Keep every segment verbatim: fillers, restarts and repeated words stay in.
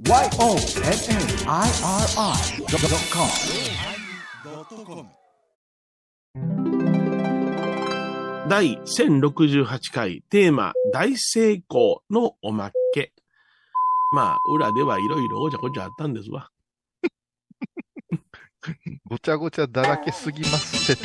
ワイオーエヌエヌアイアールアイドットコム第せんろくじゅうはちかいテーマ大成功のおまけ。まあ、裏ではいろいろごちゃごちゃあったんですわ。 ごちゃごちゃだらけすぎますせ。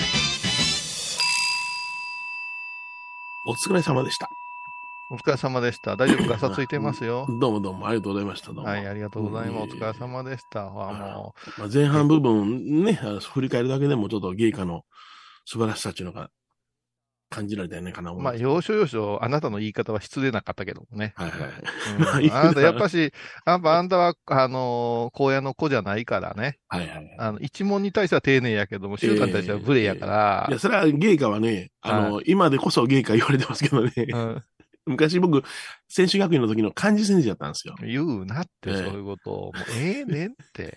お疲れ様でした。 お疲れ様でした。大丈夫ガサついてますよ。 どうもどうもありがとうございました。どうも。 はい、ありがとうございます。お疲れ様でした。わあ、もまあ、前半部分ね、振り返るだけでもちょっと芸家の素晴らしさっていうのが感じられたよねかなう、まあ、要所要所、あなたの言い方は失礼なかったけどもね。 はいはい。 うんまあいいなあなた、やっぱし、やっぱあんたは、あのー、荒野の子じゃないからね。 はいはい。 あの、一問に対しては丁寧やけども、習慣に対しては無礼やから。 いや、それは芸家はね、あの、今でこそ芸家言われてますけどね。 うん、 昔僕、専修学院の時の漢字先生だったんですよ。 言うなって、 ええそういうことを。もうええねんって。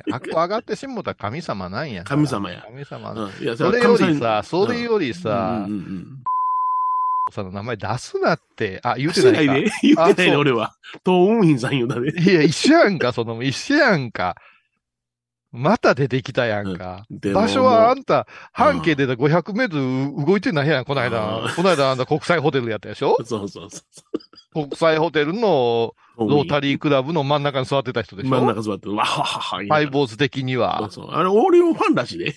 あっこ上がってしもたら神様なんやから。 神様や。 神様。 うん、いやそれより神様さ、それよりさ、 うんうんうんさんの名前出すなって。あ、言うん。 うてないか。 で言ってないで、 あそう俺は。東雲院さん言うたで。 いや、一緒やんか、その、一緒やんか。また出てきたやんか。 うんでも場所はあんた、半径で。 でごひゃくメートル動いてないやん、この間。 うんこの間あんた国際ホテルやったでしょそうそうそ国際ホテルのう。 ロータリークラブの真ん中に座ってた人でしょ真ん中座って、わははは。 ハイボーズ的には。 そうそう。あれ、俺のファンらしいで。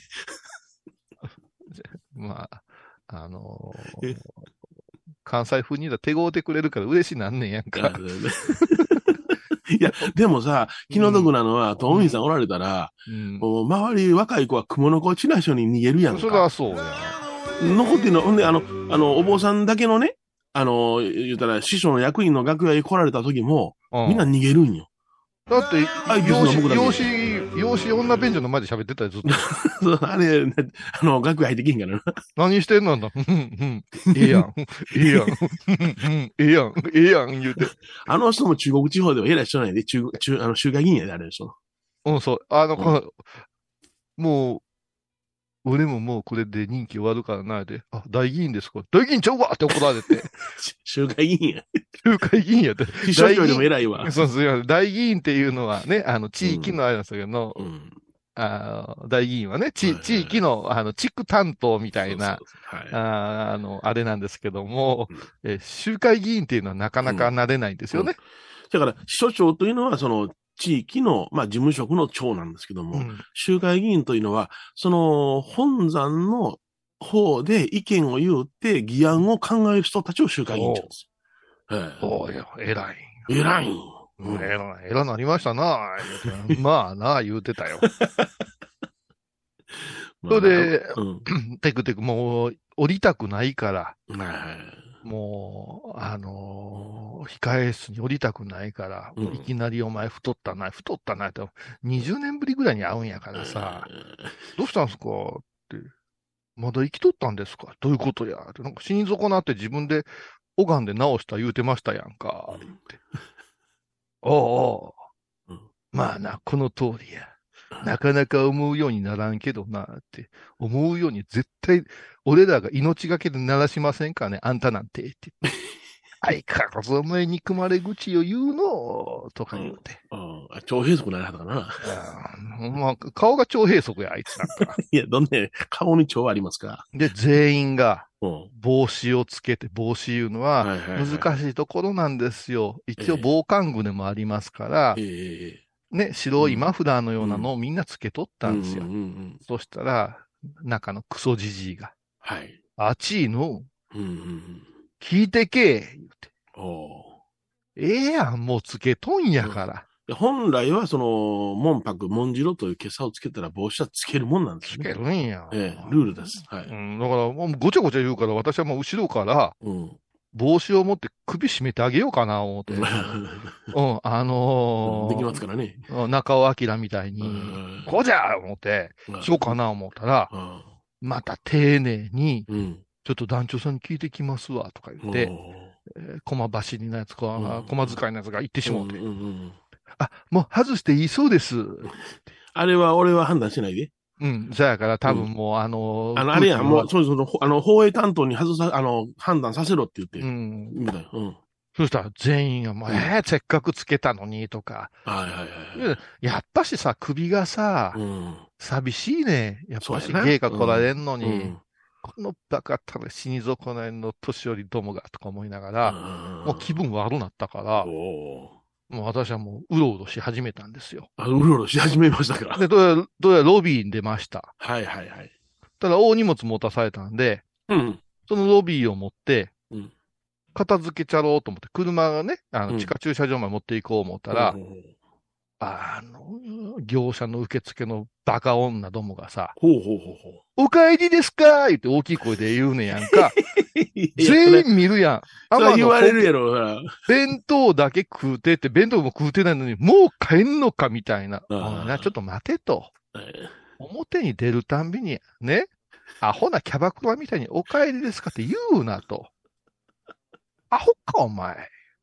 まあ、あのーえ関西風に言うたら手ごうてくれるから嬉しいなんねんやんか。 いや、でもさ、気の毒なのは、東雲院さんおられたら、 うん。 もう周り若い子は雲の子ちなしょに逃げるやんか。 それはそうや。 残ってんの、ほんで、あの、あの、お坊さんだけのね、あの、言ったら、師匠の役員の楽屋に来られた時も、 うんみんな逃げるんよ。 だって、 あいつの養子、 僕だけ養子、養子女便所の前で喋ってたよ、ずっと。 そうあれ、ねあの、楽屋入ってけんからな。 何してんのあんだ。うん、うん、ええやん。ええやん。うんうんええやん。ええやん、言うて。 あの人も中国地方では偉い人なんやで、中、中、あの、州会議員やで、あれでしょ。 うん、そう。あの、 うんこのもう、俺ももうこれで任期終わるからな、で。あ、大議員ですか大議員ちゃうわって怒られて。 州会議員や。 州会議員やって。 秘書長よりも偉いわ。 そうそう。大議員っていうのはね、あの、地域のあれなんですけど、 うん。 あの大議員はね、ちはいはい地域の、あの、地区担当みたいな、 そうそうそうはい。 ああの、あれなんですけども、 うんえ、州会議員っていうのはなかなかなれないんですよね。 だから、秘書長というのは、その、地域の、まあ、事務職の長なんですけども、 うん州会議員というのは、その、本山の方で意見を言うて、議案を考える人たちを州会議員って言うんですよ。 そうよ、偉い。 ええ偉いん。 うん、偉い、偉なりましたな、言うてまあな、言うてたよ。それで、 うん。 テクテクもう降りたくないから、 はいもう、あのー控え室に降りたくないから、 うんもういきなりお前太ったな、太ったなって、にじゅうねんぶりぐらいに会うんやからさ、どうしたんすかって、まだ生きとったんですかどういうことやって、なんか死に損なって自分で拝んで治した言うてましたやんか。って言っておうおう、 うんまあな、この通りや。なかなか思うようにならんけどな、って。思うように絶対、俺らが命がけで鳴らしませんかね、あんたなんて。って言って相変わらずお前憎まれ口を言うの、とか言うて。 うんあ長平足ならはったかな。 あーまあ、顔が長平足や、あいつなんか。 いや、どんな、顔に蝶ありますか。 で、全員がうん。 帽子をつけて、帽子いうのははいはいはい難しいところなんですよ。一応ええ防寒具でもありますから、 ええね、白いマフラーのようなのをみんなつけとったんですよ。 うんうんうん。 そしたら、中のクソじじいが、 はい。 あちいの、 うんうんうん。 聞いてけ、言うて。 おええやん、もうつけとんやから。 で本来は、その、門白、門白という袈裟をつけたら帽子はつけるもんなんですつよね。 けるんや。 ええ、ルールです。はい。 うん、だから、もうごちゃごちゃ言うから、私はもう後ろからうん。 帽子を持って首絞めてあげようかな、思って。うん、あのー、 できますからね。 うん中尾明みたいにう、んこうじゃ思って、しようかな思ったら、また丁寧に、 うん。 ちょっと団長さんに聞いてきますわ、とか言って、えー駒走りのやつか、 うん駒使いのやつが言ってしもうて、 うんうんうんあ、もう外していいそうです。 あれは俺は判断してないで。 うん、そやから多分もう、あのー、 あの、あれやん、もう、 空気はそうそう、あの、放映担当に外さ、あの、判断させろって言って、 うん、 みたいな。うん。 そしたら全員がもう、 うんえー、せっかくつけたのに、とか。 はいはいはいはい。 やっぱしさ、首がさ、 うん。 寂しいね。やっぱしそうやな芸が来られんのに、 うんこのバカったら死に損ないの年寄りどもが、とか思いながうら、 ん。 もう気分悪なったから、 おーもう私はもううろうろし始めたんですよ。 あ、うろうろし始めましたか。 で、どうやら、どうやらロビーに出ました。 はいはいはい。 ただ大荷物持たされたんで、 うん。 そのロビーを持って、 うん。 片付けちゃろうと思って、車がね、あの、 うん地下駐車場まで持っていこう思ったら、 うんあの、業者の受付のバカ女どもがさ、 ほうほうほうほお帰りですか言って大きい声で言うねやんか。 う。いや全員見るやん。 それは言われるややろ。ほら弁当だけ食うてって、弁当も食うてないのに、もう帰んのかみたいな。 あーおいなちょっと待てと。 え表に出るたんびに、ね、アホなキャバクラみたいにお帰りですかって言うなと。アホか、お前。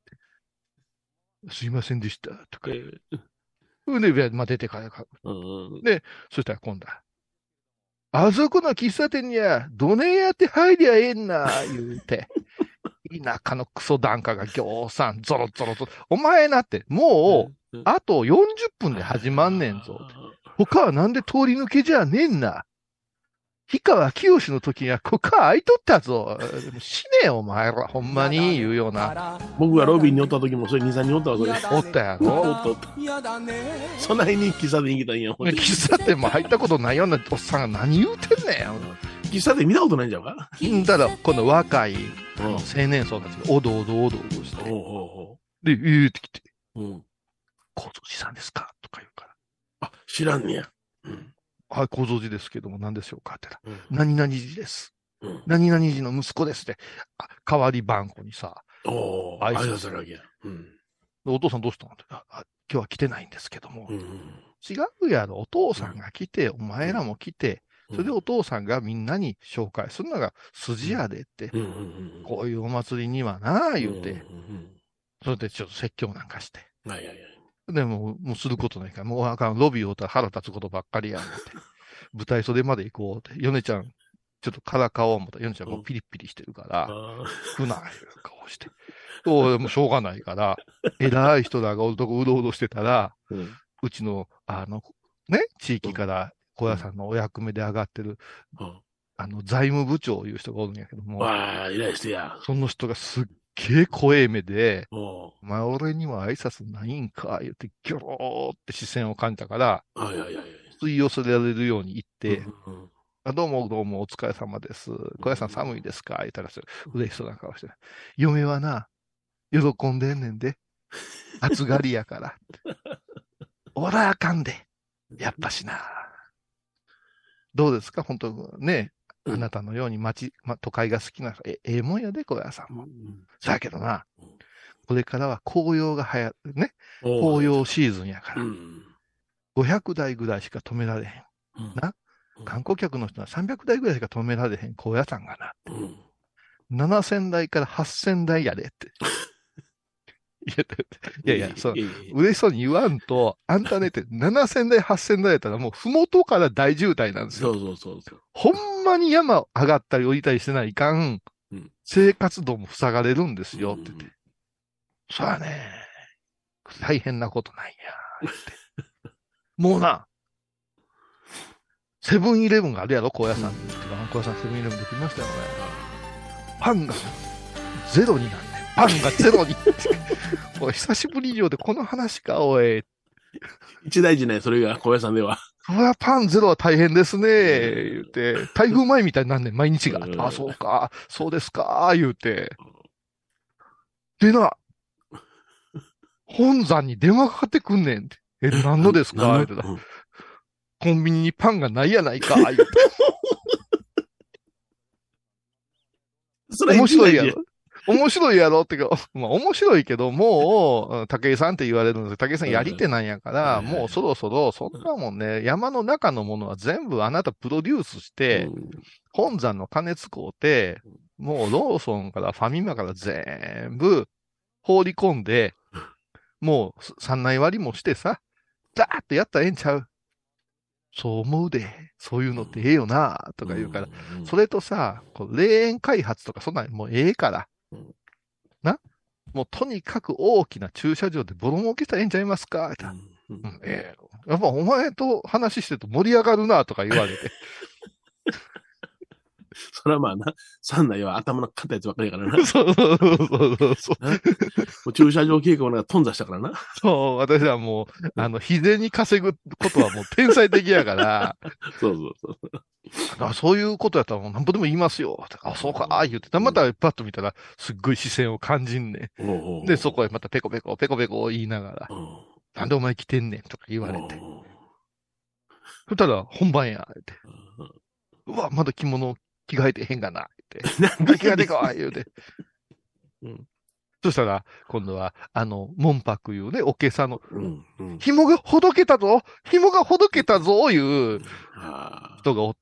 すいませんでした。とか。 ーで、まあ、出てからか。 うんそしたら今度は、あそこの喫茶店には、どねやって入りゃええんな、言うて。田舎のクソ檀家がぎょうさん、ゾロゾロと。お前なって、もう、 うんあとよんじゅっぷんで始まんねんぞ。他はなんで通り抜けじゃねえんな。氷川きよしの時にはここ空いとったぞ。でも死ねえよ、お前ら。ほんまに言うような。 僕がロビーにおった時もそれに、さんにんおったわ、それ。 おったやおろ。 っとおった。そないに喫茶店行きたいんや。ほんで喫茶店も入ったことないようなおっさんが何言うてんね喫茶店見たことないんちゃうか。 ん。だから、この若いうん青年層たちがおどおどおどおどして。 ほうほうほで、言うてきて、 う。うん。 構造寺さんですかとか言うから。 あ、知らんねや。うん。 はい、構造寺ですけども何でしょうかって言ったうんら、何々寺です。 うん。 何々寺の息子ですって。あ、代わり番号にさ、 おー、 挨拶挨拶するわけや。うん。 お父さんどうしたのってあ、あ今日は来てないんですけども。 うん。 違うやろ、お父さんが来て、お前らも来て、それでお父さんがみんなに紹介するのが筋やでって、 うん。うん。 こういうお祭りにはなあ言うて、 うん。 それでちょっと説教なんかして。 はいはいはい。 でも、もうすることないから、もうあかん、ロビーを打ったら腹立つことばっかりやんって。舞台袖まで行こうって。ヨネちゃん、ちょっとからかおう思ったら、ヨネちゃんもうピリピリしてるから、 あふな、いう顔して。そう、もうしょうがないから、偉い人らがおるとこうろうろしてたら、 ーうん。 うちの、あの、ね、地域から小屋さんのお役目で上がってる、 うんあの、財務部長いう人がおるんやけども、 わあ、偉い人や。 その人がすっげえ怖え目で、 おお前俺には挨拶ないんか、言ってギョローって視線を感じたから、 ーはいはいはい。 吸い寄せられるように言って、 うんうんあどうもどうもお疲れ様です。小屋さん寒いですか言ったら、嬉しそうな顔して。嫁はな、喜んでんねんで。暑がりやから。おらあかんで。やっぱしな。どうですか本当ね、 うんあなたのように街、ま、都会が好きな人、え、ええもんやで、小屋さんも。 うんさやけどなうん、 これからは紅葉が流行る、ね、 おー紅葉シーズンやから、 うん。 ごひゃくだいぐらいしか止められへん。 うんな観光客の人はさんびゃくだいぐらいしか止められへん高野山がな、 うん。 ななせんだいからはっせんだいやでって。いやいやいや、そう、 いやいや嬉しそうに言わんと、あんたねってななせんだい、はっせんだいやったらもうふもとから大渋滞なんですよ。 そうそうそうそう。 ほんまに山上がったり降りたりしてないかん、 うん生活道も塞がれるんですよって言って。 うんそらね、大変なことなんや、って。もうな、セブンイレブンがあるやろ、高野山。高野山セブンイレブンできましたよね。パンがゼロになるね。パンがゼロに。おい、久しぶり以上でこの話か、おい。 一大事ね、それが、小屋さんでは。 そりゃパンゼロは大変ですね、言うて。台風前みたいになんねん、毎日がう。んあ、そうか、そうですか、言うて。でな、本山に電話かかってくんねんって。え、何のですか言うてた。 うんコンビニにパンがないやないか、言うて。 それ面白いや一大事ろ。面白いやろってか、まあ面白いけど、もう、うん武井さんって言われるんですよ。武井さんやり手なんやから、 うんもうそろそろ、そんなもんね、山の中のものは全部あなたプロデュースして、 うん本山の金使うて、もうローソンからファミマから全部放り込んで、もう三内割りもしてさ、ザーッとやったらええんちゃう。そう思うで、そういうのってええよな、とか言うから、 うんそれとさ、こう霊園開発とかそんなんもうええからうん。 なもうとにかく大きな駐車場でボロ儲けしたらええんちゃいますかって、うんうん、ええー、やっぱお前と話してると盛り上がるなとか言われて。 それはまあな、三内は頭の硬いやつばっかりやからな。 そうそうそうそうそう。 もう駐車場計画なんか頓挫したからな。 そう、私はもう、あの、日銭に稼ぐことはもう天才的やから。 そうそうそう。 あ、そういうことやったらもう何ぼでも言いますよ。あ、そうか、ああ言って。またパッと見たら、すっごい視線を感じんねん。で、そこへまたペコペコ、ペコペコ言いながら、なんでお前来てんねんとか言われて。そしたら、本番や、って。うわ、まだ着物着替えてへんがな、って。着替えてこい、言うて。うん。そしたら、今度は、あの、門泊いうね、おけさの、うんうん、紐がほどけたぞ紐がほどけたぞいう人がおって、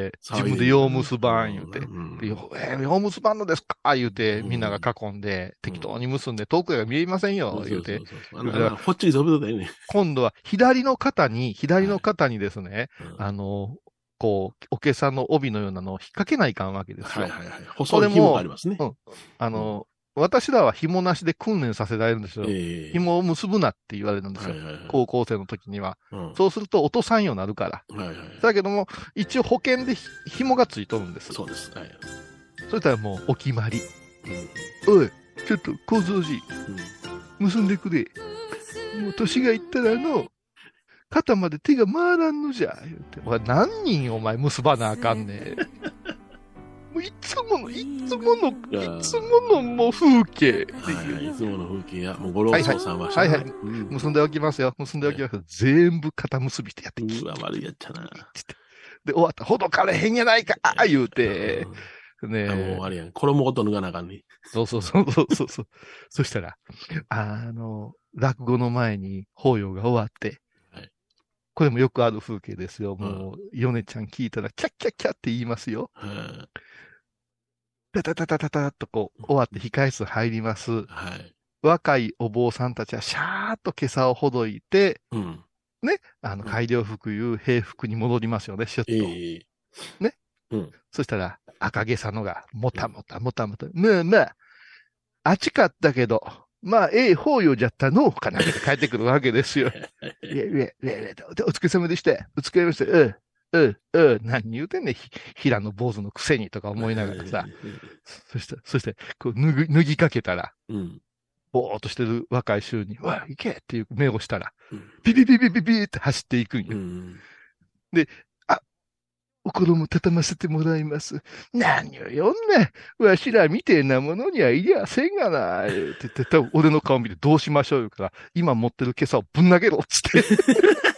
自分で用結ばん言うて、うんうん、えー、用結ばんのですか言うて、みんなが囲んで、うん、適当に結んで、遠くが見えませんよ、言うて。 こっちにそぶだよね。 今度は、左の肩に、左の肩にですね、はい、あの、こう、おけさの帯のようなのを引っ掛けないかんわけですよ。はいはいはい。 細い紐がありますね。うん。 あの、うん私らは紐なしで訓練させられるんですよ。えー、紐を結ぶなって言われるんですよ。はいはいはい、高校生の時には、うん。そうすると落とさんようになるから。はいはいはい、だけども、一応保険で紐がついとるんです。 そうです。はい、 そしたらもうお決まり。うん、おい、ちょっと小僧寺、うん、結んでくれ。もう年がいったらの、肩まで手が回らんのじゃ。言うて。お前何人お前結ばなあかんねん。もういつもの、いつもの、いつものもう風景。 はいはい、いつもの風景や、もうご老僧さんは、 はいはい、はいはいうん、結んでおきますよ。結んでおきますよ。はい、全部肩結びてやってきて。 うわ、悪いやっちゃな。 で、終わった。ほどかれへんやないか、ああ言うて。 ねえ。もうあれやん。衣ごと脱がなあかんね。 そうそうそうそうそうそう。そしたら、あの、落語の前に法要が終わって、はい、これもよくある風景ですよ。もう、ヨネちゃん聞いたら、キャッキャッキャッって言いますよ。うんタタタタタタッとこう、終わって控え室入ります。はい。若いお坊さんたちはシャーっと袈裟をほどいて、うん、ね、あの、改良服いう平服に戻りますよね、シュッと。えー、ね。うん。そしたら、赤袈裟のが、もたもたもたもた。まあまあ、暑かったけど、まあ、ええ法要じゃったのかなって帰ってくるわけですよ。いやいやいやいや、お疲れ様でした。お疲れ様でした。うん。うん、うん、何言うてんねん、平野坊主のくせにとか思いながらさ。そして、そして、こう脱ぎ、脱ぎかけたら、うん、ぼーっとしてる若い衆に、わ、行けっていう目をしたら、うん、ピピピピピピって走っていくんよ。うん、で、あ、お衣畳ませてもらいます。何を読んねん。わしらみてえなものにはいりゃせんがな。って言って、多分俺の顔見てどうしましょうよから、今持ってる袈裟をぶん投げろっつって。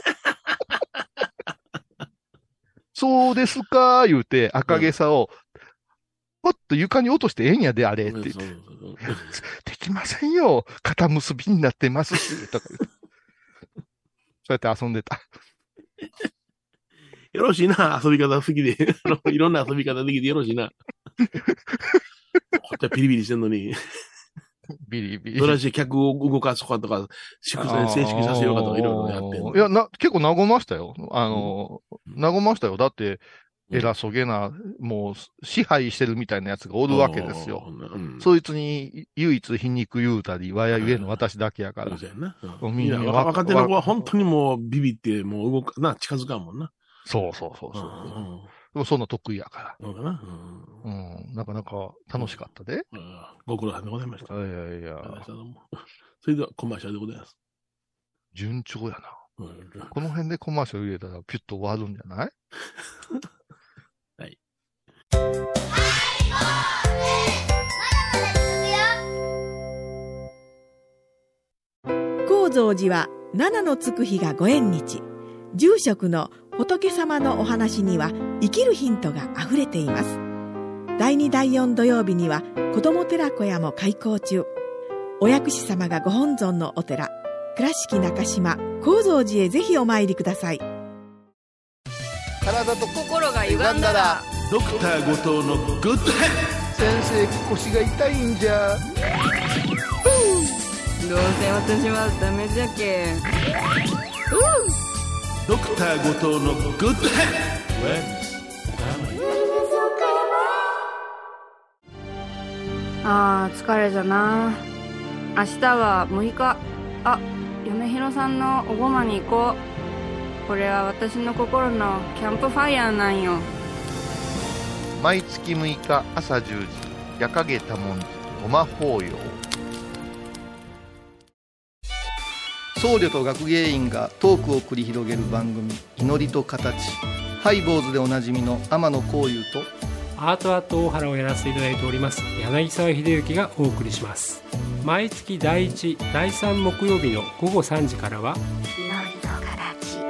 そうですかー言うて、赤毛さを、ぽっと床に落としてええんやで、あれ、って言って。できませんよ。肩結びになってますし、とか言って。そうやって遊んでた。 よろしいな、遊び方好きで。いろんな遊び方できてよろしいな。こっちはピリピリしてんのに。 ビリビリ。 どらし客を動かすかとか、祝祭正式させようかとかいろいろやってんの。 いや、な、結構和ましたよ。あの、うん、和ましたよ。だって、偉そげな、もう、支配してるみたいなやつがおるわけですよ。うん、そいつに唯一皮肉言うたり、わや言えの私だけやから。そうやな。 うん、みんな若手の子は本当にもうビビって、もう動か、な、近づかんもんな。 そうそうそうそう。うんでもそんな得意やから。そうかな。うん。うん。なかなか楽しかったで。 うん。ご苦労さんでございました。 いやいや。 それではコマーシャルでございます。 順調やな。うん、この辺でコマーシャル入れたらピュッと終わるんじゃないはい。 高蔵寺は七のつく日がご縁日。住職の仏様のお話には生きるヒントがあふれています。だいにだいよん土曜日には子ども寺小屋も開校中。お薬師様がご本尊のお寺、倉敷中島・高蔵寺へぜひお参りください。 体と心が歪んだらドクター後藤のグッドヘッド。 先生、腰が痛いんじゃ。どうせ私はダメじゃけ。 ドクター後藤のグッドヘッド。あー疲れじゃな。 明日はむいか。あ、嫁ひろさんのおごまに行こう。これは私の心のキャンプファイヤーなんよ。 毎月むいか朝じゅうじ、夜影多文字ごま法要。 僧侶と学芸員がトークを繰り広げる番組、祈りと形。ハイ坊主でおなじみの天野幸雄とアートアート大原をやらせていただいております柳沢秀幸がお送りします。毎月だいいち、だいさん木曜日の午後さんじからは祈りと形。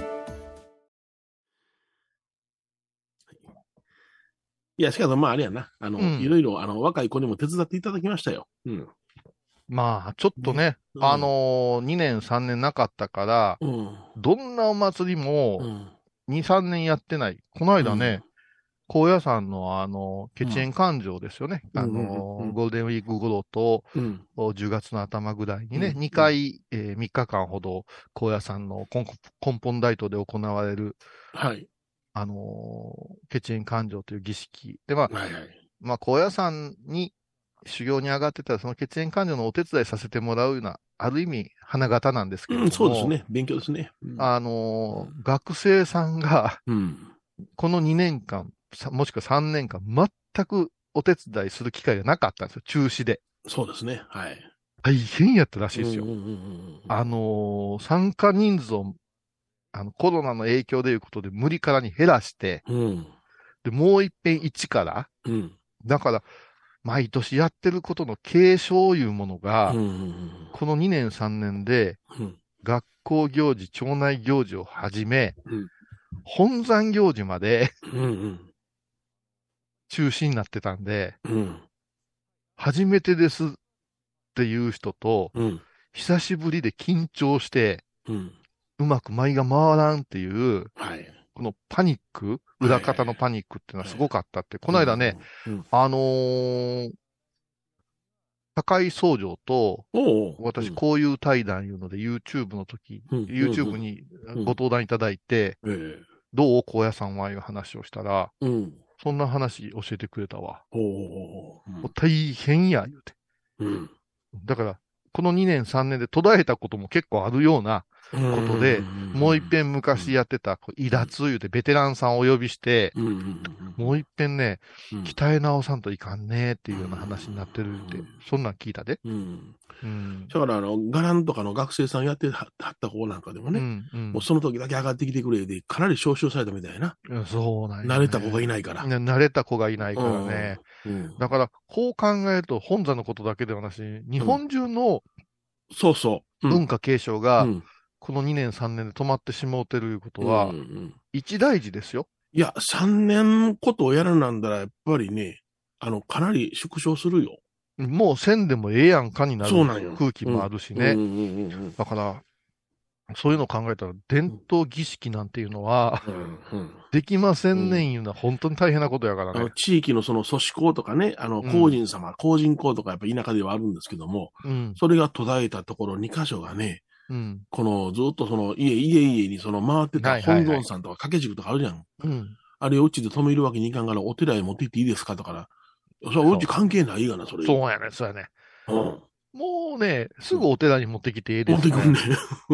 いや、しかもまああれやな。あの、 うんいろいろ、あの、若い子にも手伝っていただきましたよ。うん。 まあ、ちょっとね、 うんあのー、にねんさんねんなかったから、 うん。 どんなお祭りもうん。 に、さんねんやってない。この間ね、高野山のあの、血縁勘定ですよね。 うんあのうんうんー、ゴールデンウィーク頃と、 うん。 おじゅうがつの頭ぐらいにね、 うんにかい、えーみっかかんほど、高野山の根根本大塔で行われる、 はい。 あのー、血縁勘定という儀式。で、まあ、 はいはい。 まあ、高野山に修行に上がってたら、その血縁勘定のお手伝いさせてもらうような、ある意味、花形なんですけれども、 うん、そうですね。勉強ですね。うんあのー学生さんが、 うん。 このにねんかん、さもしくはさんねんかん、全くお手伝いする機会がなかったんですよ。中止で。 そうですね。はい。 大変やったらしいですよ。 うんうんうんうんあのー参加人数を、あの、コロナの影響でいうことで無理からに減らして、 うん。 で、もう一遍一から、 うん。 だから、毎年やってることの継承いうものが、 うんうんこのにねんさんねんで、 うん学校行事、町内行事をはじめ、 うん本山行事までうんうん中止になってたんで、 うん初めてですっていう人と、 うん久しぶりで緊張して、 うんうまく舞が回らんっていう、 はい。 このパニック、裏方のパニックっていうのはすごかったって、この間ね、 うん、 あのー、高井総長と、 おう私、こういう対談いうので、YouTube の時、 うん YouTube にうんご登壇いただいて、 うん、ええどう高野山はいう話をしたら、 うん。 そんな話教えてくれたわ。 おうおうもう大変や、言うて。 うんうんだから、このにねんさんねんで途絶えたことも結構あるようなことで、もう一遍昔やってた、こう、イラツ言うてベテランさんをお呼びして、 うんうんうんもう一遍ね、 うん鍛え直さんといかんねっていうような話になってるって、そんなん聞いたで。 うん。 うん。 だから、あの、ガランとかの学生さんやってはった方なんかでもね、 うんうんもうその時だけ上がってきてくれで、かなり招集されたみたいな。 いやそうなんやね慣れた子がいないから。 ね慣れた子がいないからね。 うんだから、こう考えると、本山のことだけではなし、日本中のそうそう。 文化継承が、 うんこのにねんさんねんで止まってしもうてるいうことは、 うんうん一大事ですよ。 いや、さんねんことをやるなんだら、やっぱりね、あの、かなり縮小するよ。 もうせんでもええやんかになるそうなんよ空気もあるしね。 うんうんうんうんだから、そういうのを考えたら、伝統儀式なんていうのは、 うんうんできませんねんいうのは本当に大変なことやからあのね。 地域のその祖師公とかね、あの、 うん皇人様、皇人公とかやっぱ田舎ではあるんですけども、 うん。 それが途絶えたところに箇所がね、 うん。 このずっとその家、家々にその回ってたはいはいはい本尊さんとか掛け軸とかあるじゃん。 うん。 あれをうちで止めるわけにいかんから、お寺へ持って行っていいですかとか、それはうち関係ないがな、それ。 そうやね、そうやね。 うん。 もうね、すぐお寺に持ってきてええですね。 持ってくんね。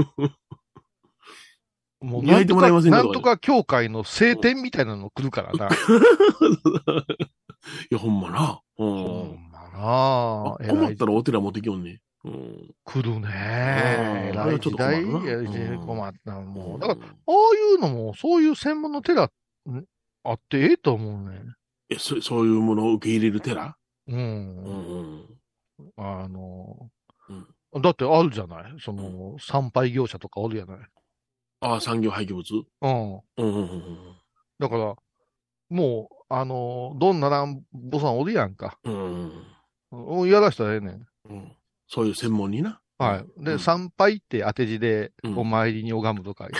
もう焼いてもらえませんかなんとか教会の聖典みたいなの来るからな。 いや、ほんまな。うほん。 んまなあ。 困ったらお寺持ってきよんね。うん。 来るね。 うんえらい時代、 あれはちょっと困るなえらい時代困った。もう、だから、 ら、 ああいうのも、そういう専門の寺、んあってええと思うね。 えそ、そういうものを受け入れる寺うん。 うんうん。 あの、 うんだってあるじゃないその、参拝業者とかおるやないああ、産業廃棄物うん。 うんうんうんだから、もう、あの、どんな乱暴さんおるやんか。 うん。うんうんやらしたらええねん。 うん。そういう専門にな。 はい。で、 うん参拝って当て字で、 うんお参りに拝むとか言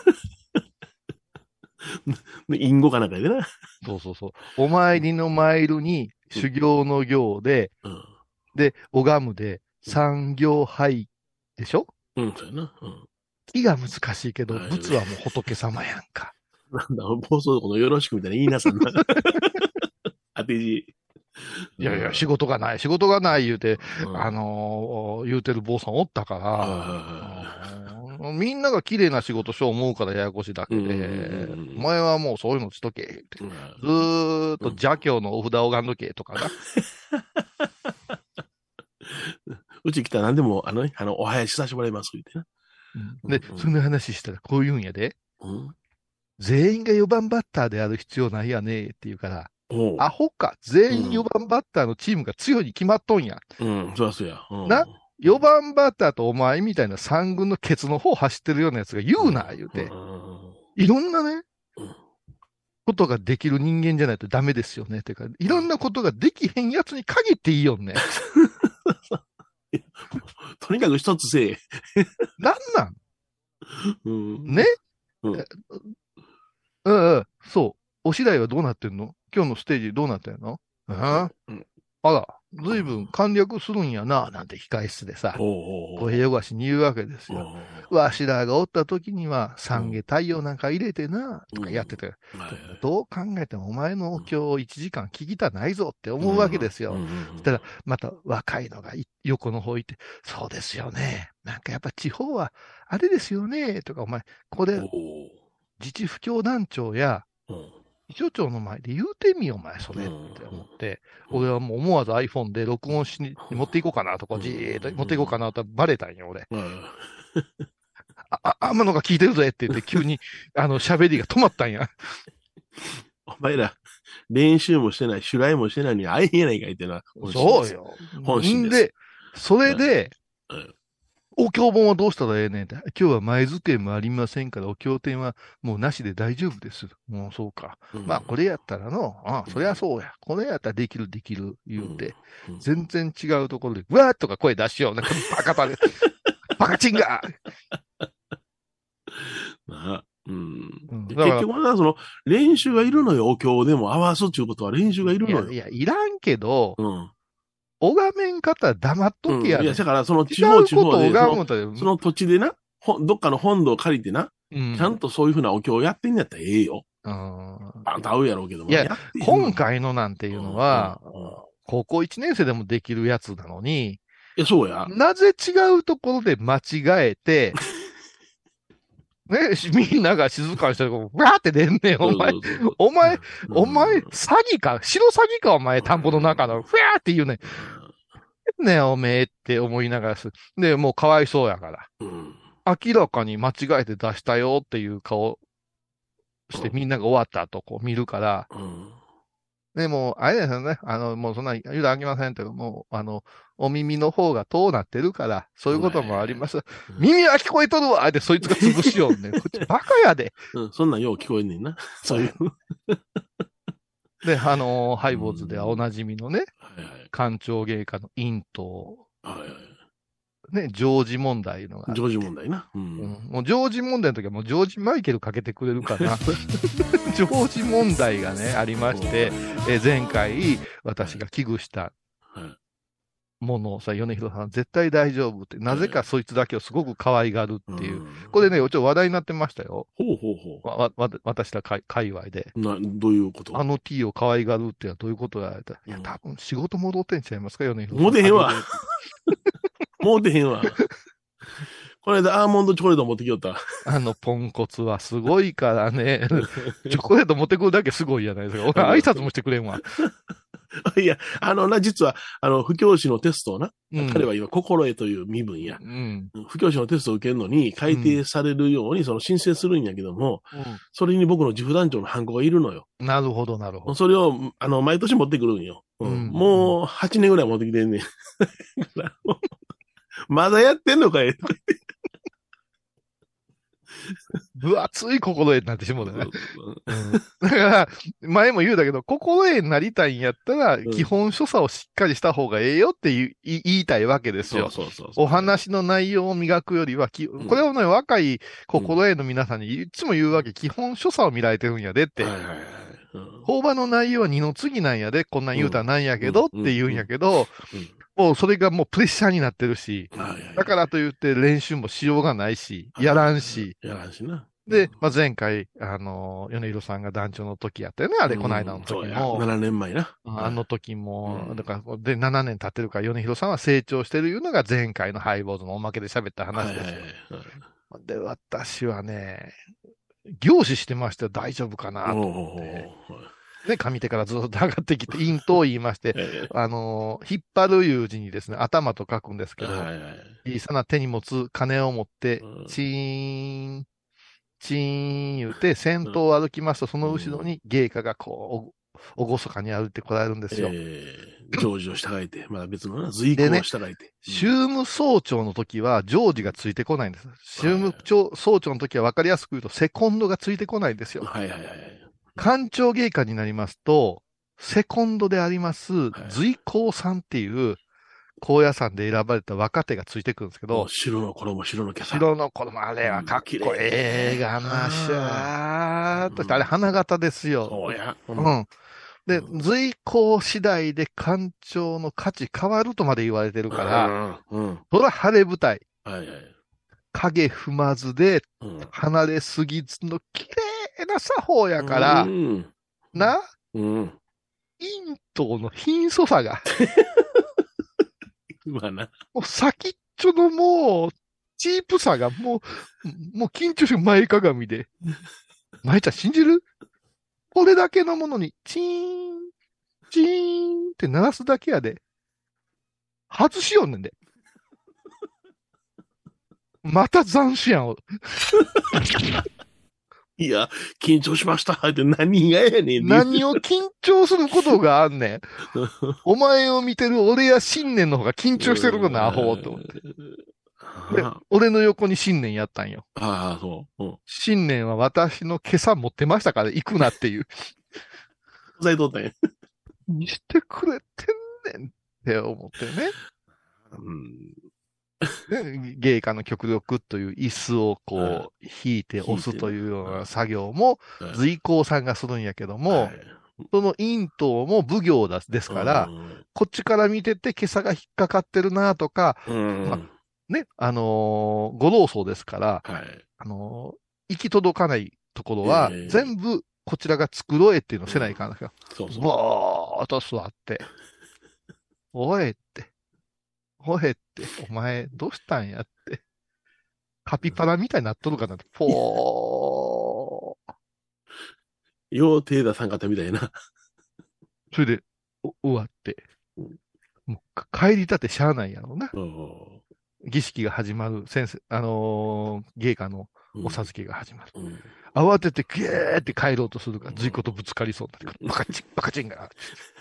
って。 で隠語かなんかでな。 そうそうそう。お参りの参るに、修行の行で、 うん。 で、拝むで、産業拝でしょうん、そうやな。うん。 気が難しいけど、 はい仏はもう仏様やんか。 なんだ、暴走族のよろしくみたいな言いなさんな。当て字。 いやいや、仕事がない、仕事がない言うて、 うんあのー言うてる坊さんおったかはいら、 はいうんみんなが綺麗な仕事しよう思うからややこしいだけで、 うんうんうんうんお前はもうそういうのしとけ、ってずーっと邪教のお札拝んどけとかな。 うち来たら何でも、あのね、あの、お囃子させてもらいます、言ってな。 で、 うんそんな話したらこう言うんやで。 うん。 全員がよばんバッターである必要ないやねって言うから、 おうアホか、全員よばんバッターのチームが強いに決まっとんや。 うん、そらそうや。うんなよばんバッターとお前みたいなさん軍のケツの方走ってるようなやつが言うな、言うて。 うんいろんなねうん、 ことができる人間じゃないとダメですよね。てか、いろんなことができへんやつに限っていいよね。 とにかく一つせえ。 なんなんうん。 ねうんうんうん、そう。お次第はどうなってんの？今日のステージどうなってんの？あうんあら、ずいぶん簡略するんやな、なんて控室でさ、 おうおうおう声汚しに言うわけですよ。わしらがおった時には、三下太陽なんか入れてな、とかやってて、 はいはいどう考えてもお前のお経をいちじかん聞きたないぞって思うわけですよ。 うんうんうんそしたら、また若いのがい横の方いて、そうですよね。なんかやっぱ地方は、あれですよね。とか、お前、これ、 おう自治不協団長や、 うん秘書長の前で言うてみよ、お前、それって思って、俺はもう思わず iPhone で録音しに持っていこうかなとか、じーっと持っていこうかなとバレたんよ、俺。 うんあ、あ、天野が聞いてるぜって言って、急に、あの、喋りが止まったんや。 お前ら、練習もしてない、襲来もしてないのに会えへんやないかいってな。 そうよ。 本心ですんで、それで、 うんお経本はどうしたらええねんって。今日は前付けもありませんから、お経典はもうなしで大丈夫です。もうそうか。 うんまあ、これやったらの、ああ、そりゃそうや。これやったらできる、できる、言うて、 うん全然違うところで、うわーっとか声出しよう。なんかバカバカ、バカチンガなあうんうん結だから局な、その、練習がいるのよ、お経でも合わすっていうことは練習がいるのよ。 いやいや、いらんけど、 うん。 拝めんかったら黙っとけやねん。 うんいや、だから、その地違方うことを地方で、その拝むとその土地でな、ほどっかの本土を借りてな、 うんちゃんとそういうふうなお経をやってんやったらええよ。 うんあんた合うやろうけども。 いやってへんの今回のなんていうのは、 うんうんうん高校いちねん生でもできるやつなのに、 いや、そうや。 なぜ違うところで間違えて、ね、しみんなが静かにしてるとこ、わーって出んねん、お前。 そうそうそうお前、 うんお前、詐欺か、白詐欺か、お前、田んぼの中の、ふわーって言うねん。ねえ、おめえって思いながらす。で、もうかわいそうやから。 うん明らかに間違えて出したよっていう顔して、みんなが終わった後、こう見るから、 うんでもう、あれですよね。あの、もうそんな言うてあきませんけど、もう、あの、お耳の方が遠なってるから、そういうこともあります。 うん耳は聞こえとるわって、そいつが潰しようね。こっちバカやで。 うん、そんなんよう聞こえんねんな。そういう。 で、あのーハイボーズではおなじみのね、 はいはい。 官庁芸家の陰と、 はいはい。 ね、ジョージ問題のがあって。 常時問題な。う。 うんん、もうジョージ問題の時はもうジョージ・マイケルかけてくれるかな。ジョージ問題がね、ありまして、えー前回私が危惧したはいものをさ、米広さん絶対大丈夫って、なぜかそいつだけをすごく可愛がるっていう。 んこれね、ちょっと話題になってましたよ。 ほうほうほわ、わ、わ私ら界界隈で。 う。な、どういうことあの T を可愛がるってのはどういうことやったら、いや、 うん多分仕事戻ってんちゃいますか、米広さん。 戻ってへんわもう出へんわ。この間アーモンドチョコレート持ってきよった。 あのポンコツはすごいからね。チョコレート持ってくるだけすごいじゃないですか。俺挨拶もしてくれんわ。 いや、あのな、実は、あの、不教師のテストをな、 うん彼は今、心得という身分や、 うん。 不教師のテストを受けるのに、改定されるように、その申請するんやけども、それに僕の自負団長のハンコがいるのよ。 なるほど、なるほど。 それを、あの、毎年持ってくるんよ。うんうんもう、はちねんぐらい持ってきてんねん。まだやってんのかい分厚い心得になってしもうたね。だから、前も言うだけど、心得になりたいんやったら、 ん基本所作をしっかりした方がええよって言い言いたいわけですそうよ。 そうそうそう。 お話の内容を磨くよりは、きこれをね、若い心得の皆さんにいつも言うわけ、基本所作を見られてるんやでって。 はいはいはい。うん法場の内容は二の次なんやで、こんなん言うたらなんやけどうんって言うんやけど、 うんもうそれがもうプレッシャーになってるし、 はいはいだからといって練習もしようがないし、やらんし、 やらんしな。 で、まあ、前回、あの、米広さんが団長の時やったよね、あれ、この間の時そうや。 も。 ななねんまえな。 あの時も、 うんだから、で、ななねん経ってるから、米広さんは成長してるいうのが前回のハイボーズのおまけで喋った話ですよ。 はいはいはい。 で、私はね、凝視してましたよ、大丈夫かなとお思って。 ーね、上手からずっと上がってきて、陰頭を言いまして、 えあのー引っ張るいう字にですね、頭と書くんですけど、 えはいはい。 小さな手に持つ金を持ってうん、 チーン、チーン言うて、先頭を歩きますと、その後ろに芸家がこう、お、おごそかに歩いてこられるんですよ。 ええジョージを従えて、まだ別のな、随行を従えて。 州務総長の時は、ジョージがついてこないんです。州務長総長の時は分かりやすく言うと、セコンドがついてこないんですよ。 はいはいはい。 官庁芸家になりますと、セコンドであります、随行さんっていう、高野山で選ばれた若手がついてくるんですけど、 白の衣、白の毛さ。 白の子供、あれはかっこええがなしゃーっとして、あれ花形ですよ。 そうや。ううん。で、随行次第で官庁の価値変わるとまで言われてるから、 うん。うん。 それは晴れ舞台。 はいはい。 影踏まずでうん。 離れすぎずの綺麗な作法やから、 うん。 な、 うん。 陰頭の貧相さが、 まあな。 もう先っちょのもう、チープさがもう、もう緊張して前かがみで。舞ちゃん信じる？これだけのものに、チーン、チーンって鳴らすだけやで。外しよんねんで。また斬首やん。 いや、緊張しました。って何がやねん。 何を緊張することがあんねん。お前を見てる俺や信念の方が緊張してるかな、アホと思って。であ俺の横に信念やったんよ。 あ、そう。うん。 信念は私の今朝持ってましたから行くなっていう。 在通ったんや。 にしてくれてんねんって思ってね。 うん。 ね芸家の極力という椅子をこはう引いて押すというよう引いてねな作業もはい随行さんがするんやけども、 はいその陰頭も奉行だですから、 うんこっちから見てて今朝が引っかかってるなとか、 うん。 まね、あのーご老僧ですから、 はい。 あのー行き届かないところは、 ええ全部こちらが繕えっていうのをせないかんですよ。 そうそう。 ぼーっと座って、おいって、おいって、お前どうしたんやって、カピバラみたいになっとるかなって、ぽー。 よう手出さんかったみたいな。 それで、お終わってうん、 もうか帰りたってしゃあないやろうな。 うん儀式が始まる、先生、あのー芸家のうんお授けが始まる。 うん慌ててゲーって帰ろうとするから、ずいことぶつかりそうになってくる。バカチン、バカチンが。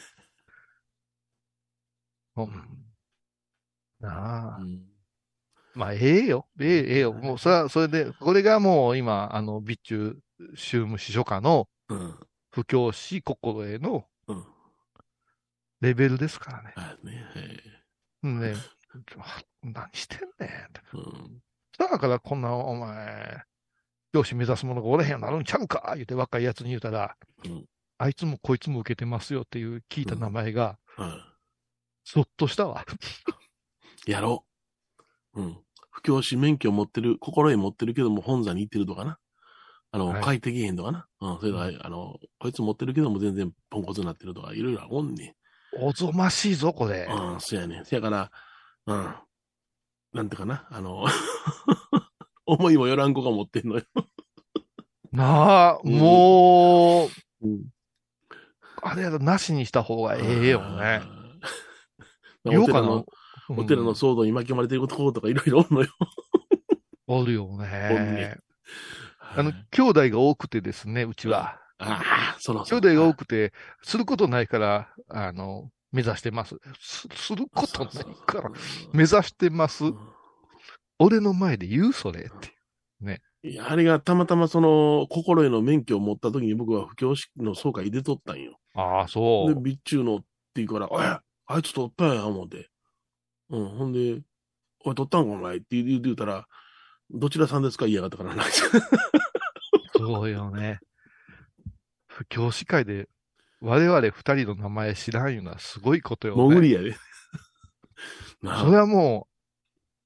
うんなあ。 うんまあ、ええよ。ええ、ええよ。もう、それは、それで、これがもう今、あの、備中宗務司書家のうん布教師心得のうんレベルですからね。 はいねはいうんね、何してんねんって。 うんだからこんな、お前、教師目指す者がおれへんようになるんちゃうか言うて若いやつに言うたら、 うんあいつもこいつも受けてますよっていう聞いた名前が、 うんそっとしたわ。 やろう。うん。布教師免許を持ってる、心得持ってるけども本山に行ってるとかな。あの、 はい帰ってけへんとかな。うん。それから、あの、こいつ持ってるけども全然ポンコツになってるとか、いろいろおんねおぞましいぞ、これ。 ん。うん、そやねん。そやから、うん。なんていうかな。あの、思いもよらん子が持ってんのよ。 なあ、 うんもう、 うん。 あれやとなしにした方がええよね。 うん。 ようかなお寺の、お寺の騒動に巻き込まれてることとかいろいろおんのよ。 おるよおんねね。 あの、兄弟が多くてですね、うちは。 ああ、その兄弟が多くて、することないから、あの、目指してます。すすることないから、目指してます。俺の前で言うそれって。 いや、あれがたまたまその、心得の免許を持った時に僕は布教師の総会に出とったんよ。 ああ、そで、 う。 備中のって言うから、おい、あいつ取ったんや、思って。うん、ほんで、おい、取ったんか、お前って言う言うたら、どちらさんですか言いやがったからな。 そうよね。不教師会で、我々二人の名前知らんいうのはすごいことよね。 もう無理やで。なあそれはもう、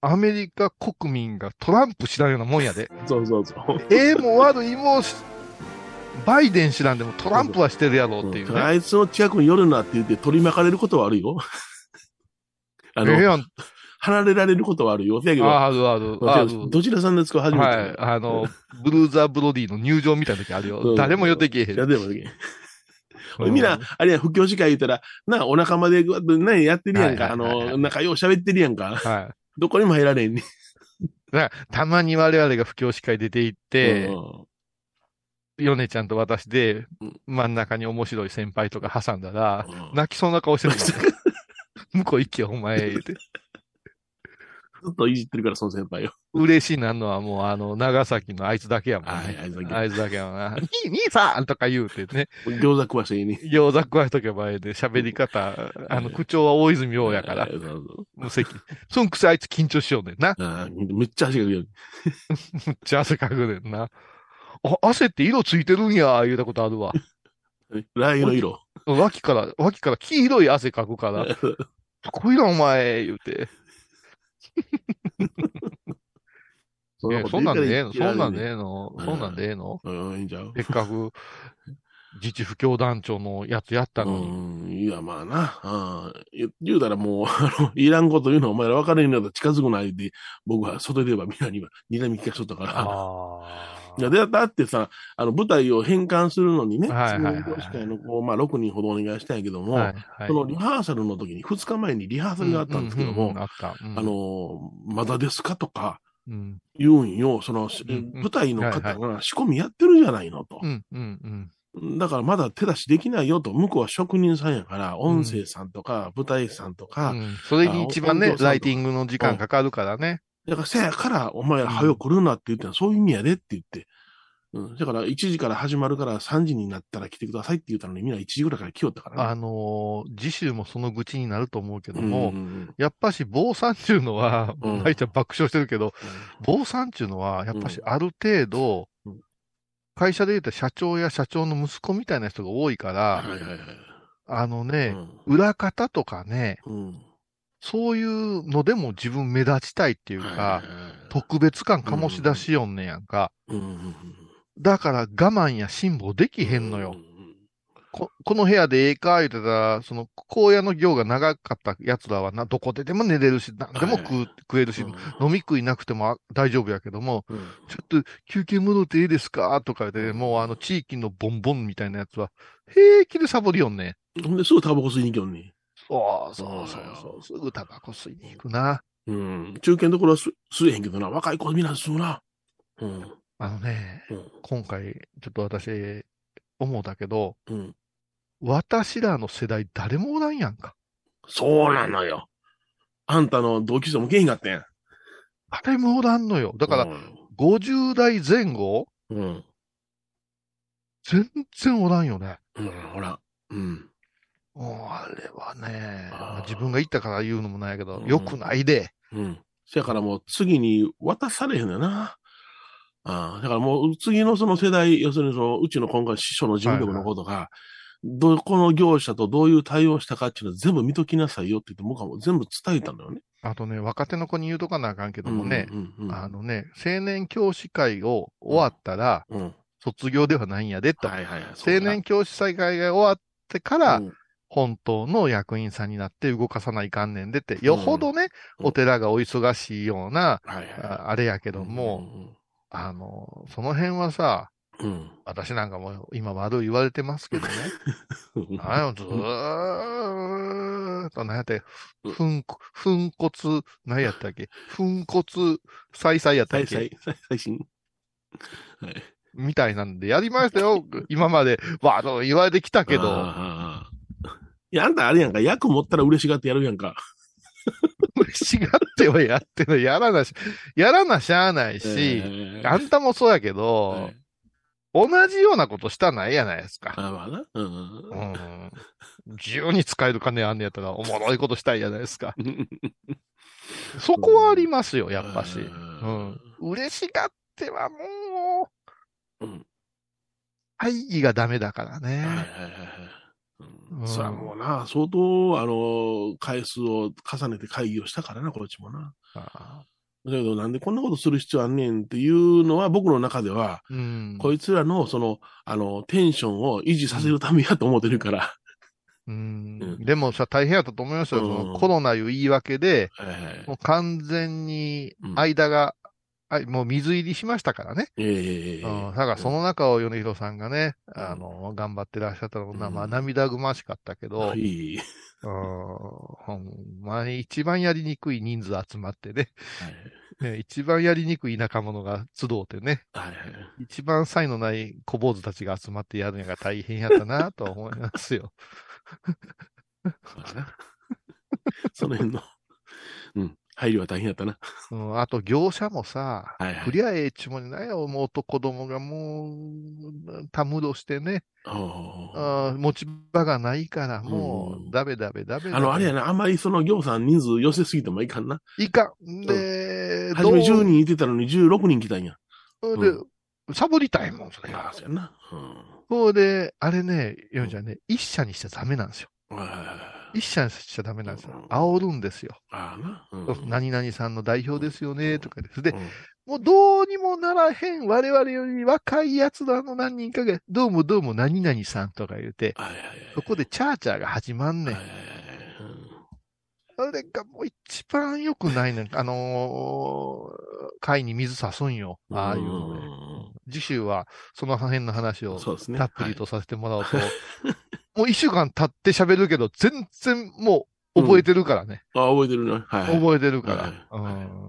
アメリカ国民がトランプ知らんようなもんやで。 そうそうそう。 ええも悪いも、バイデン知らんでもトランプはしてるやろうっていうね。 あいつの近くに寄るなって言って取り巻かれることはあるよ。あの、 ええやん。 離れられることはあるよ。だけど、 あるあるある。 どちらさんですか初めて。 はい。あの、ブルーザー・ブロディの入場みたいな時あるよ。誰も寄ってけえへん。 誰も寄ってけえへん。みんな、あれや、布教司会言ったら、な、お仲間で、ね、やってるやんか。あの、仲良う喋ってるやんか。はい。どこにも入られんね。 たまに我々が布教司会出て行って、ヨネちゃんと私で、真ん中に面白い先輩とか挟んだら、泣きそうな顔してる。向こう行けよ、お前、言うて。 ずっといじってるから、その先輩を。 嬉しいなんのはもう、あの、長崎のあいつだけやもんね。はい、あいつだけ。あいつだけやもんな。に、兄さんとか言うてね。 餃子食わしていいね。 餃子食わしとけばええで、喋り方、あの、口調は大泉洋やから。無責。そんくせあいつ緊張しようねんな。 めっちゃ汗かくよ。 めっちゃ汗かくねんな。あ、汗って色ついてるんや、言うたことあるわ。 ラー油の色。 脇から、脇から黄色い汗かくから。こいらお前、言うて。そんなんでええのそんなんでええのそんなんでええのうん、いいんちゃうせっかく、自治不協団長のやつやったのに。 うん、いや、まあな。あ言うたらもう、あの、いらんこと言うのお前ら分かるようになったら近づくないで、僕は外で言えばみんなには睨み聞かしとったから。あいやで、だってさ、あの、舞台を変換するのにね、はいはいはい、その司会のこう、まあ、ろくにんほどお願いしたんやけども、はいはい、そのリハーサルの時に、ふつかまえにリハーサルがあったんですけども、うんうんうん、あった、うん、あの、まだですかとか、うん、言うんよ、その、うん、舞台の方が仕込みやってるじゃないのと。うんうんうん、だからまだ手出しできないよと、向こうは職人さんやから、音声さんとか、舞台さんとか、うん、 それに一番ね、ライティングの時間かかるからね。 だから、せやから、お前ら早く来るなって言ってのは、そういう意味やでって言って。うん。だから、いちじから始まるからさんじになったら来てくださいって言ったのに、みんないちじぐらいから来よったからね。 あのー、次週もその愚痴になると思うけども、うんうん、やっぱし、坊さんちゅうのは、うん、あいちゃん爆笑してるけど、坊、うん、さんちゅうのは、やっぱし、ある程度、うん、会社で言うと社長や社長の息子みたいな人が多いから、はいはいはい、あのね、うん、裏方とかね、うんそういうのでも自分目立ちたいっていうか、特別感醸し出しよんねやんか。だから我慢や辛抱できへんのよ。こ, この部屋でええか言うてたら、その荒野の行が長かった奴らはな、どこででも寝れるし、何でも 食, 食えるし、飲み食いなくても大丈夫やけども、ちょっと休憩戻っていいですかとかで、もうあの地域のボンボンみたいなやつは、平気でサボりよんね。 ほんですぐタバコ吸いに行きよんね。 そうそうそうそう、すぐタバコ吸いに行くな。 うん。中堅のところは吸えへんけどな、若い子みんな吸うな。 うん。あのね、うん、今回、ちょっと私、思うだけど、うん、私らの世代誰もおらんやんか。 そうなのよ。あんたの同級生もけへんかったやん。 誰もおらんのよ。だから、うん、ごじゅう代前後、うん、全然おらんよね。 うん、ほら。うん。 もうあれはね、自分が言ったから言うのもないけど、よくないで。 うん。そやからもう次に渡されへんのよな。ああ、だからもう次のその世代、要するにそのうちの今回師匠の事務局のことが、はいはい、どこの業者とどういう対応したかっていうのは全部見ときなさいよって言って、僕はもう全部伝えたのよね。 あとね、若手の子に言うとかなあかんけどもね、うんうんうん、あのね、青年教師会を終わったら、うんうん、卒業ではないんやでと。はいはいはい、青年教師会が終わってから、うん本当の役員さんになって動かさないかんねんでって、よほどね、うん、お寺がお忙しいような、うん、あ, あれやけども、うんうん、あの、その辺はさ、うん、私なんかも今悪い言われてますけどね、あのずーっと何やって、ふん、ふんこつ、何やったっけ、ふんこつ、さいさいやったっけ。さいさい、さいさいはい。みたいなんでやりましたよ、今まで、わあ、言われてきたけど、 いや、あんたあれやんか、役持ったら嬉しがってやるやんか。 嬉しがってはやってる、やらなし、やらなしゃあないし、えー、あんたもそうやけど、えー、同じようなことしたないやないですか。あ、まあな。うん。うん、自由に使える金あんねやったら、おもろいことしたいやないですか。そこはありますよ、やっぱし。うん。嬉しがってはもう、うん。会議がダメだからね。はいはいはい。 うん、それはもうな、相当、あの、回数を重ねて会議をしたからな、こっちもな。あだけどなんでこんなことする必要あんねんっていうのは僕の中では、 うん、 こいつらのその、あの、テンションを維持させるためやと思ってるから。 うんうん、 でもさ、大変やったと思いますよ。うん、そのコロナいう言い訳で、えー、もう完全に間が、うん、もう水入りしましたからね。えーうん、だからその中を米広さんがね、うん、あの、頑張ってらっしゃったのが、うん、まあ涙ぐましかったけど、はい、うん、ほんまに一番やりにくい人数集まってね、はいね、一番やりにくい田舎者が集うてね、はい、一番才のない小坊主たちが集まってやるのが大変やったなと思いますよ。 その辺の、うん、配慮は大変やったな。 うん、あと業者もさ、はいはい、振りゃええちもにないよ、もう子供がもう、たむろしてね、あ持ち場がないから、もう、ダメダメダメ。 あの、あれやな、あんまりその業さん人数寄せすぎてもいかんな。 いかん。で、 うん、初めじゅうにんいてたのにじゅうろくにん来たんや。 で、うん、サボりたいもん、それが。そうやな。うん、そうで、あれね、ヨンちゃんね、一社にしちゃダメなんですよ。一社にしちゃダメなんですよ。煽るんですよ。あなうん、何々さんの代表ですよね、とかです。で、うん、もうどうにもならへん、我々より若い奴らの何人かが、どうもどうも何々さんとか言うて、そこでチャーチャーが始まんねん。あれがもう一番良くないねん。あのー、貝に水差すんよ。ああいうのね。次週はその辺の話をたっぷりとさせてもらうと、もう一週間経って喋るけど、全然もう覚えてるからね。 うん、あ、覚えてるね。はい、はい。 覚えてるから。はいうん、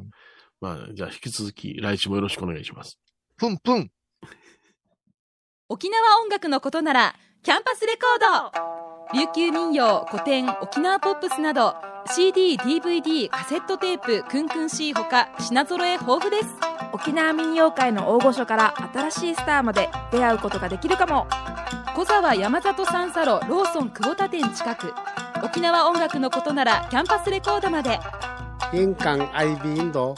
まあ、じゃあ引き続き来週もよろしくお願いします。 ぷんぷん。 沖縄音楽のことなら、キャンパスレコード。琉球民謡、古典、沖縄ポップスなど、シーディー、ディーブイディー、カセットテープ、クンクン C ほか品揃え豊富です。 沖縄民謡界の大御所から新しいスターまで出会うことができるかも。 小沢山里三佐路ローソン久保田店近く。沖縄音楽のことならキャンパスレコードまで。 印港アイビーインド。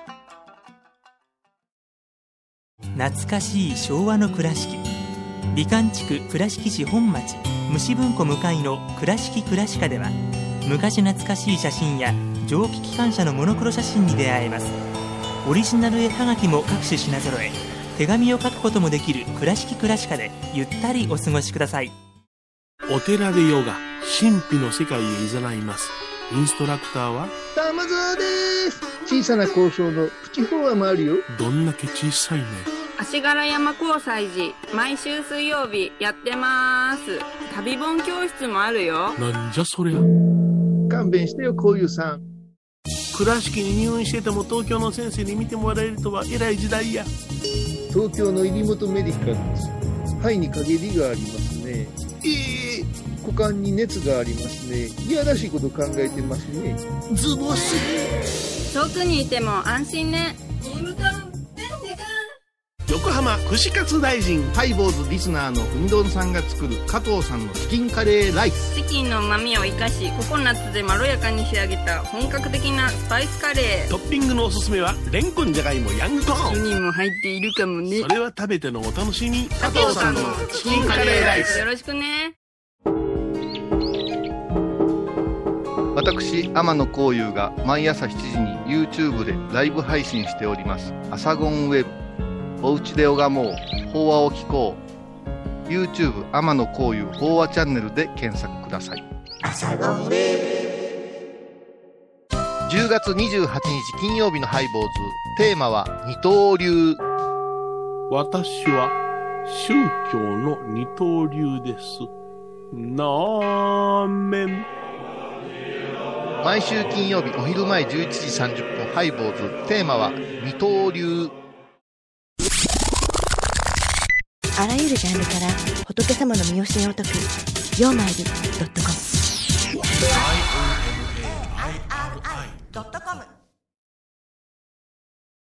懐かしい昭和の倉敷。美観地区倉敷市本町虫文庫向かいの倉敷倉歯科では、昔懐かしい写真や蒸気機関車のモノクロ写真に出会えます。オリジナル絵はがきも各種品揃え、手紙を書くこともできる倉敷倉歯科でゆったりお過ごしください。 お寺でヨガ、神秘の世界へ誘います。インストラクターは玉沢です。小さな交渉のプチフォアもあるよ。 どんだけ小さいね。 足柄山交際時、毎週水曜日やってます。旅本教室もあるよ。 なんじゃそりゃ。 勘弁してよ、こういうさん。 倉敷に入院してても東京の先生に見てもらえるとは偉い時代や。 東京の入本メディカルです。肺に陰りがありますね。ええー、股間に熱がありますね。いやらしいこと考えてますね。 ズボス。 遠くにいても安心ね。 横浜串カツ大臣ハイボーズリスナーのうみどんさんが作る加藤さんのチキンカレーライス。 チキンの旨味を生かし、ココナッツでまろやかに仕上げた本格的なスパイスカレー。 トッピングのおすすめはレンコン、じゃがいも、ヤングコーン。 にも入っているかもね。 それは食べてのお楽しみ。 加藤さんのチキンカレーライス、よろしくね。 私天野幸雄が毎朝しちじに YouTube でライブ配信しておりますアサゴンウェブ。おうちで拝もう、法話を聞こう。 YouTube 天野幸雄法話チャンネルで検索ください。じゅうがつにじゅうはちにち金曜日のハイボーズ、テーマは二刀流。 私は宗教の二刀流です。なーめん。 毎週金曜日お昼前じゅういちじさんじゅっぷん、ハイボーズ、テーマは二刀流。 あらゆるジャンルから仏様の身教えを解く「曜マイルドットコム」「アイオーエムエーアイアールアイドットコム」